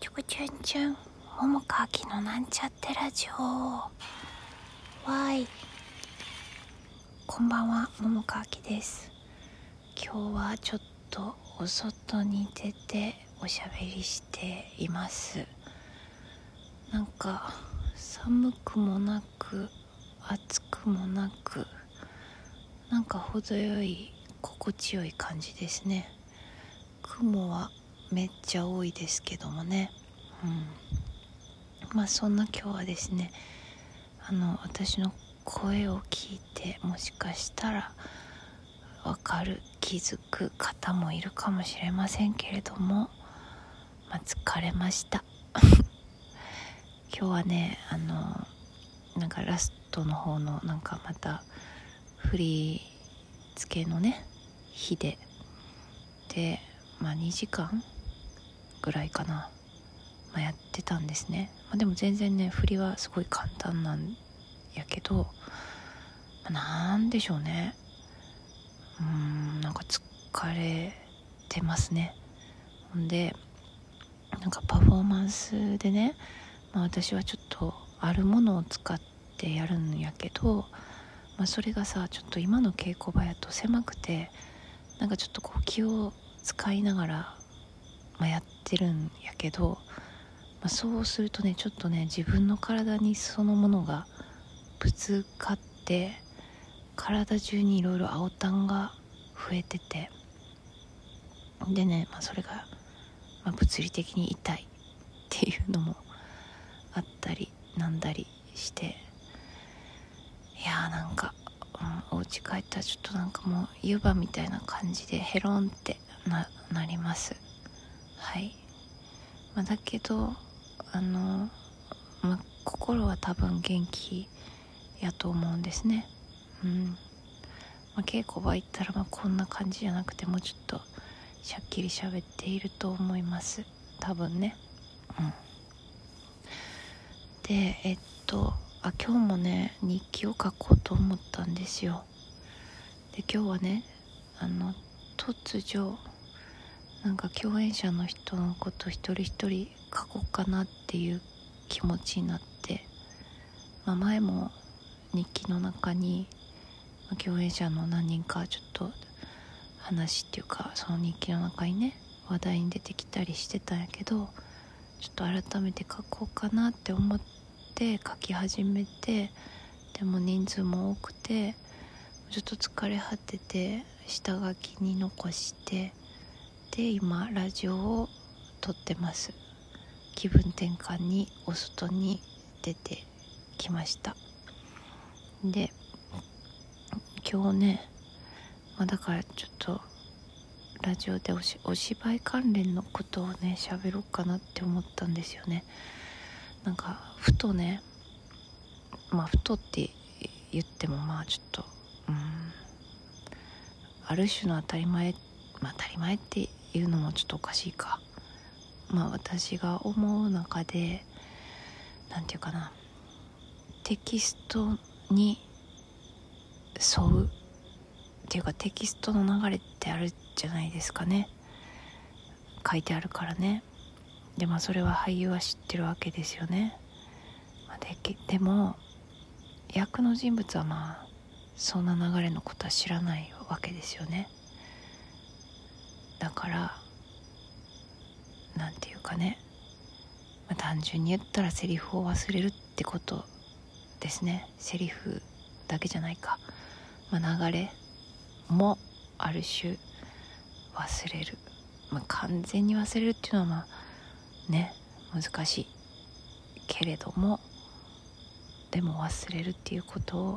ちょこちゅんちゅん、桃川きのなんちゃってラジオ。わーい、こんばんは、桃川きです。今日はちょっとお外に出ておしゃべりしています。なんか寒くもなく暑くもなく、なんか程よい心地よい感じですね。雲はめっちゃ多いですけどもね、まあそんな今日はですね、私の声を聞いてもしかしたらわかる、気づく方もいるかもしれませんけれども、疲れました今日はね、なんかラストの方のなんかまた振り付けのね日で2時間ぐらいかな、やってたんですね。でも全然ね、振りはすごい簡単なんやけど、なんでしょうね、なんか疲れてますね。ほんでなんかパフォーマンスでね、私はちょっとあるものを使ってやるんやけど、それがさ、ちょっと今の稽古場やと狭くて、なんかちょっとこう気を使いながら、やってるんやけど、そうするとね、ちょっとね、自分の体にそのものがぶつかって体中にいろいろ青たんが増えてて、でね、それが、物理的に痛いっていうのもあったりなんだりして、いやーなんか、お家帰ったらちょっとなんかもう湯葉みたいな感じでヘロンってなります。はい。だけど心は多分元気やと思うんですね。稽古場行ったらこんな感じじゃなくて、もうちょっとしゃっきり喋っていると思います、多分ね。で今日もね、日記を書こうと思ったんですよ。で今日はね、突如なんか共演者の人のこと一人一人書こうかなっていう気持ちになって、前も日記の中に共演者の何人かちょっと話っていうか、その日記の中にね話題に出てきたりしてたんやけど、ちょっと改めて書こうかなって思って書き始めて、でも人数も多くてちょっと疲れ果てて下書きに残して、で今ラジオを撮ってます。気分転換にお外に出てきました。で今日ね、だからちょっとラジオでお芝居関連のことをね喋ろうかなって思ったんですよね。なんかふとね、ふとって言ってもちょっとある種の当たり前っていうのもちょっとおかしいか。私が思う中で、なんていうかな、テキストに沿うっていうか、テキストの流れってあるじゃないですかね。書いてあるからね。でそれは俳優は知ってるわけですよね。でも役の人物はそんな流れのことは知らないわけですよね。だからなんていうかね、単純に言ったらセリフを忘れるってことですね。セリフだけじゃないか、流れもある種忘れる、完全に忘れるっていうのはね難しいけれども、でも忘れるっていうことを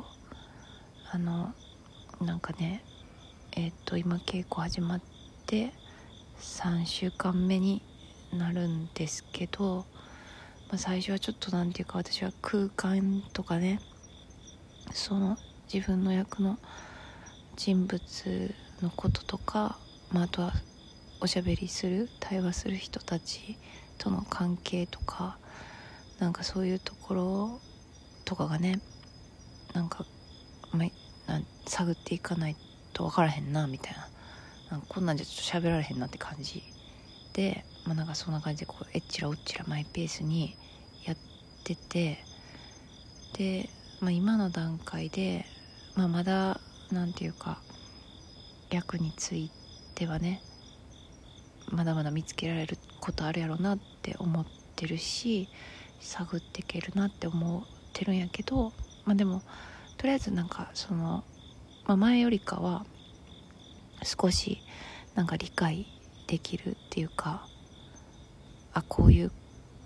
なんかね、今稽古始まって3週間目になるんですけど、最初はちょっとなんていうか、私は空間とかね、その自分の役の人物のこととか、あとはおしゃべりする対話する人たちとの関係とか、なんかそういうところとかがね、なんか探っていかないと分からへんなみたいな、こんなんじゃちょっと喋られへんなって感じで、 なんかそんな感じでこうえっちらおっちらマイペースにやってて、で、今の段階で、まだなんていうか役についてはねまだまだ見つけられることあるやろなって思ってるし、探っていけるなって思ってるんやけど、でもとりあえずなんかその、前よりかは少しなんか理解できるっていうか、こういう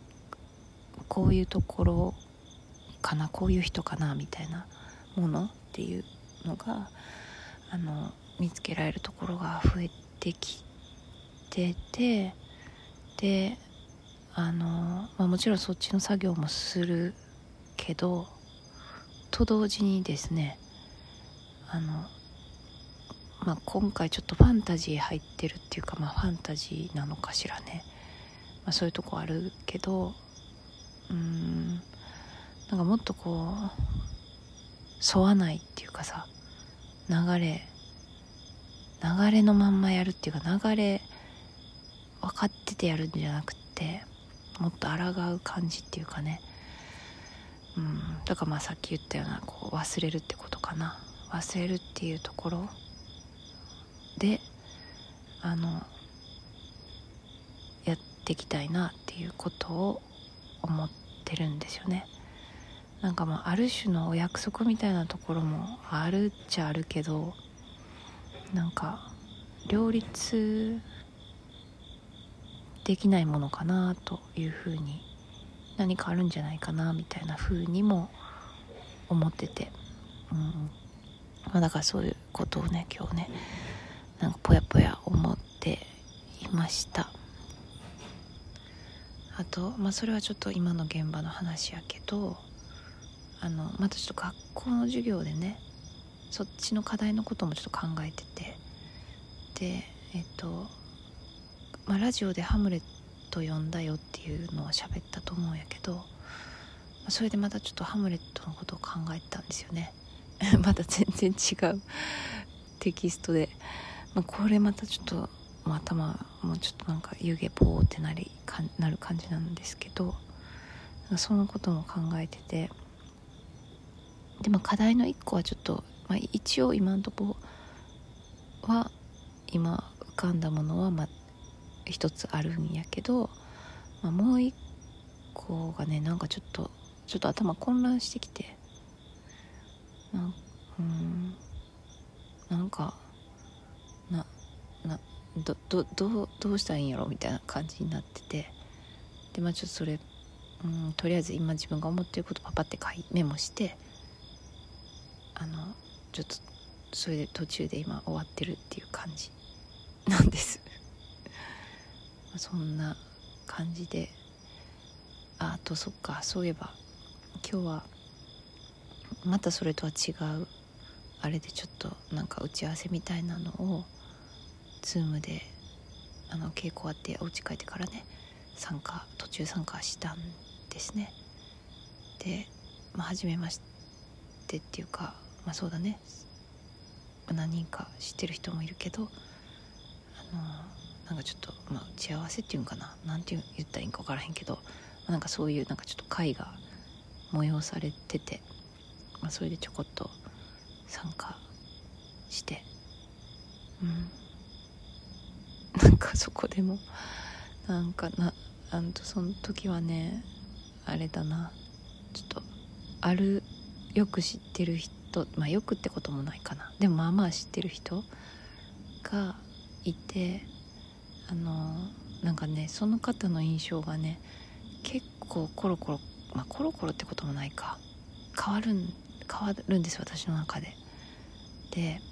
ところかな、こういう人かなみたいなものっていうのが見つけられるところが増えてきてて、でもちろんそっちの作業もするけどと同時にですね、今回ちょっとファンタジー入ってるっていうか、ファンタジーなのかしらね、そういうとこあるけど、なんかもっとこう沿わないっていうかさ、流れのまんまやるっていうか、流れ分かっててやるんじゃなくて、もっと抗う感じっていうかね、だからさっき言ったようなこう忘れるってことかな、忘れるっていうところでやっていきたいなっていうことを思ってるんですよね。なんかある種のお約束みたいなところもあるっちゃあるけど、なんか両立できないものかなというふうに、何かあるんじゃないかなみたいなふうにも思ってて、だからそういうことをね今日ねなんかぽやぽや思っていました。あとそれはちょっと今の現場の話やけど、またちょっと学校の授業でねそっちの課題のこともちょっと考えてて、でラジオでハムレット読んだよっていうのを喋ったと思うんやけど、それでまたちょっとハムレットのことを考えたんですよねまた全然違うテキストで、これまたちょっと頭もうちょっとなんか湯気ボーってなる感じなんですけど、そのことも考えてて、で課題の一個はちょっと、一応今のところは今浮かんだものは一つあるんやけど、もう一個がねなんかちょっと頭混乱してきて、なんかどうしたらいいんやろみたいな感じになってて、でちょっとそれとりあえず今自分が思ってることパパってメモしてちょっとそれで途中で今終わってるっていう感じなんですそんな感じで、あとそっか、そういえば今日はまたそれとは違うあれでちょっとなんか打ち合わせみたいなのをZoomで稽古終わってお家帰ってからね途中参加したんですね。で初めましてっていうかそうだね、何人か知ってる人もいるけどなんかちょっと打ち合わせっていうんかな、なんて言ったらいいんか分からへんけど、なんかそういうなんかちょっと会が催されてて、それでちょこっと参加してなんかそこでもなんかその時はねあれだな、ちょっとよく知ってる人、よくってこともないかな、でも知ってる人がいて、なんかねその方の印象がね結構コロコロってこともないか、変わるんです私の中で。で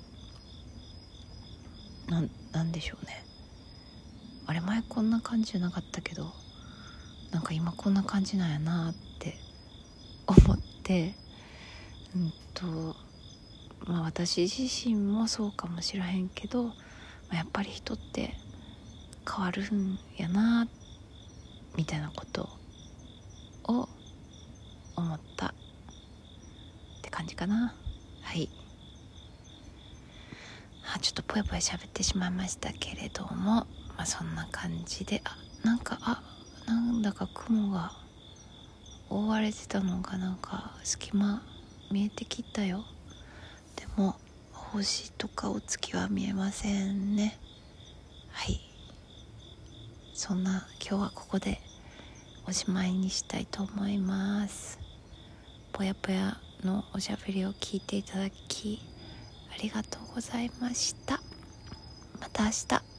なんでしょうね、あれ前こんな感じじゃなかったけどなんか今こんな感じなんやなって思って、私自身もそうかもしれへんけど、やっぱり人って変わるんやなみたいなことを思ったって感じかな。はい、ちょっとぽやぽや喋ってしまいましたけれども、そんな感じでなんだか雲が覆われてたのがなんか隙間見えてきたよ。でも星とかお月は見えませんね。はい、そんな今日はここでおしまいにしたいと思います。ぽやぽやのおしゃべりを聞いていただきありがとうございました。また明日。